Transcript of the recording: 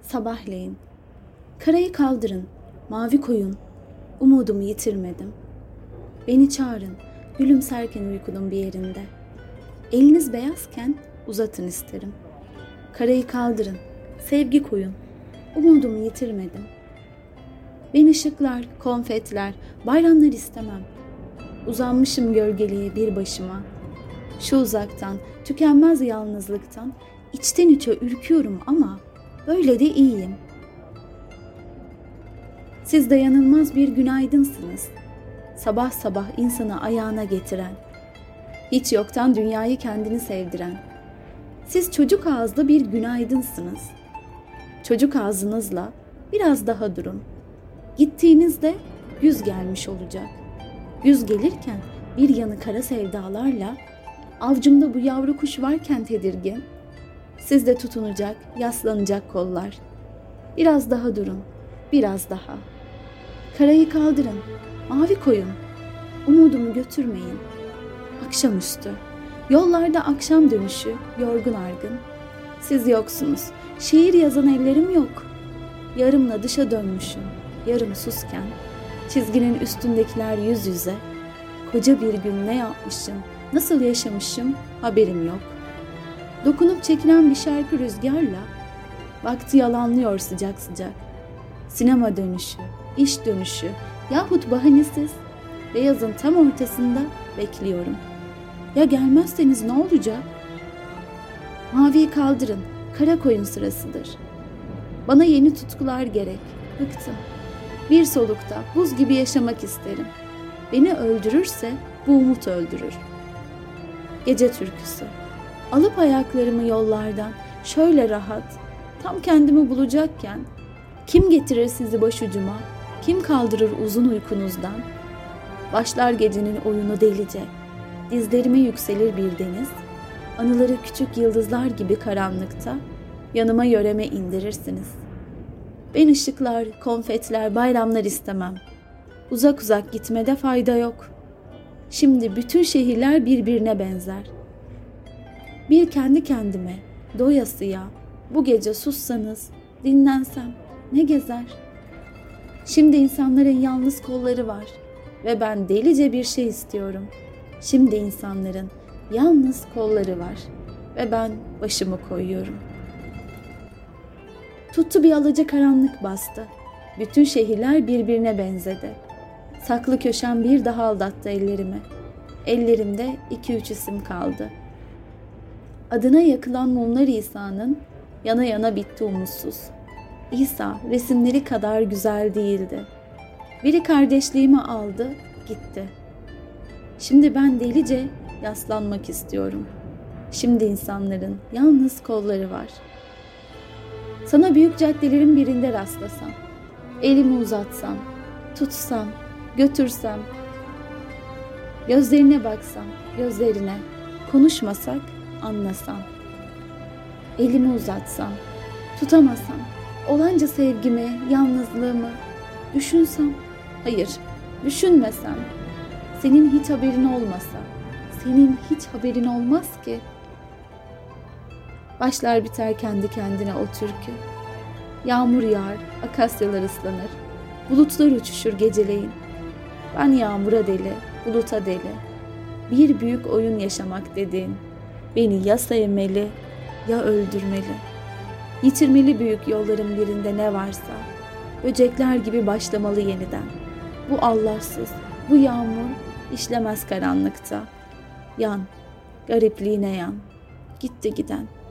Sabahleyin. Karayı kaldırın, mavi koyun. Umudumu yitirmedim. Beni çağırın, gülümserken uykunun bir yerinde. Eliniz beyazken uzatın isterim. Karayı kaldırın, sevgi koyun. Umudumu yitirmedim. Ben ışıklar, konfetler, bayramlar istemem. Uzanmışım gölgeliğe bir başıma. Şu uzaktan, tükenmez yalnızlıktan içten içe ürküyorum ama böyle de iyiyim. Siz dayanılmaz bir günaydınsınız. Sabah sabah insanı ayağına getiren, hiç yoktan dünyayı kendini sevdiren. Siz çocuk ağızlı bir günaydınsınız. Çocuk ağzınızla biraz daha durun. Gittiğinizde güz gelmiş olacak. Güz gelirken bir yanı kara sevdalarla, avcumda bu yavru kuş varken tedirgin, sizde tutunacak, yaslanacak kollar. Biraz daha durun, biraz daha. Karayı kaldırın, mavi koyun. Umudumu götürmeyin. Akşamüstü, yollarda akşam dönüşü, yorgun argın. Siz yoksunuz, şiir yazan ellerim yok. Yarımla dışa dönmüşüm, yarım susken. Çizginin üstündekiler yüz yüze. Koca bir gün ne yapmışım, nasıl yaşamışım haberim yok. Dokunup çekilen bir şarkı rüzgarla, vakti yalanlıyor sıcak sıcak. Sinema dönüşü, iş dönüşü yahut bahanesiz beyazın tam ortasında bekliyorum. Ya gelmezseniz ne olacak? Maviyi kaldırın, kara koyun sırasıdır. Bana yeni tutkular gerek, bıktım. Bir solukta buz gibi yaşamak isterim. Beni öldürürse bu umut öldürür. Gece türküsü. Alıp ayaklarımı yollardan şöyle rahat, tam kendimi bulacakken, kim getirir sizi başucuma, kim kaldırır uzun uykunuzdan? Başlar gecenin oyunu delice, dizlerime yükselir bir deniz, anıları küçük yıldızlar gibi karanlıkta, yanıma yöreme indirirsiniz. Ben ışıklar, konfetler, bayramlar istemem. Uzak uzak gitmede fayda yok. Şimdi bütün şehirler birbirine benzer. Bir kendi kendime, doyasıya, bu gece sussanız, dinlensem ne gezer? Şimdi insanların yalnız kolları var ve ben delice bir şey istiyorum. Şimdi insanların yalnız kolları var ve ben başımı koyuyorum. Tuttu bir alacakaranlık bastı. Bütün şehirler birbirine benzedi. Saklı köşem bir daha aldattı ellerimi. Ellerimde 2-3 isim kaldı. Adına yakılan mumlar İsa'nın yana yana bitti umutsuz. İsa resimleri kadar güzel değildi. Biri kardeşliğimi aldı, gitti. Şimdi ben delice yaslanmak istiyorum. Şimdi insanların yalnız kolları var. Sana büyük caddelerin birinde rastlasam, elimi uzatsam, tutsam, götürsem, gözlerine baksam, gözlerine, konuşmasak, anlasam, elimi uzatsam, tutamasam, olanca sevgimi, yalnızlığımı düşünsem, hayır, düşünmesem, senin hiç haberin olmasa, senin hiç haberin olmaz ki. Başlar biter kendi kendine o türkü. Yağmur yağar, akasyalar ıslanır, bulutlar uçuşur geceleyin. Ben yağmura deli, buluta deli. Bir büyük oyun yaşamak dediğin, beni ya sevmeli ya öldürmeli. Yitirmeli büyük yolların birinde ne varsa, böcekler gibi başlamalı yeniden. Bu Allahsız, bu yağmur işlemez karanlıkta. Yan, garipliğine yan, gitti giden.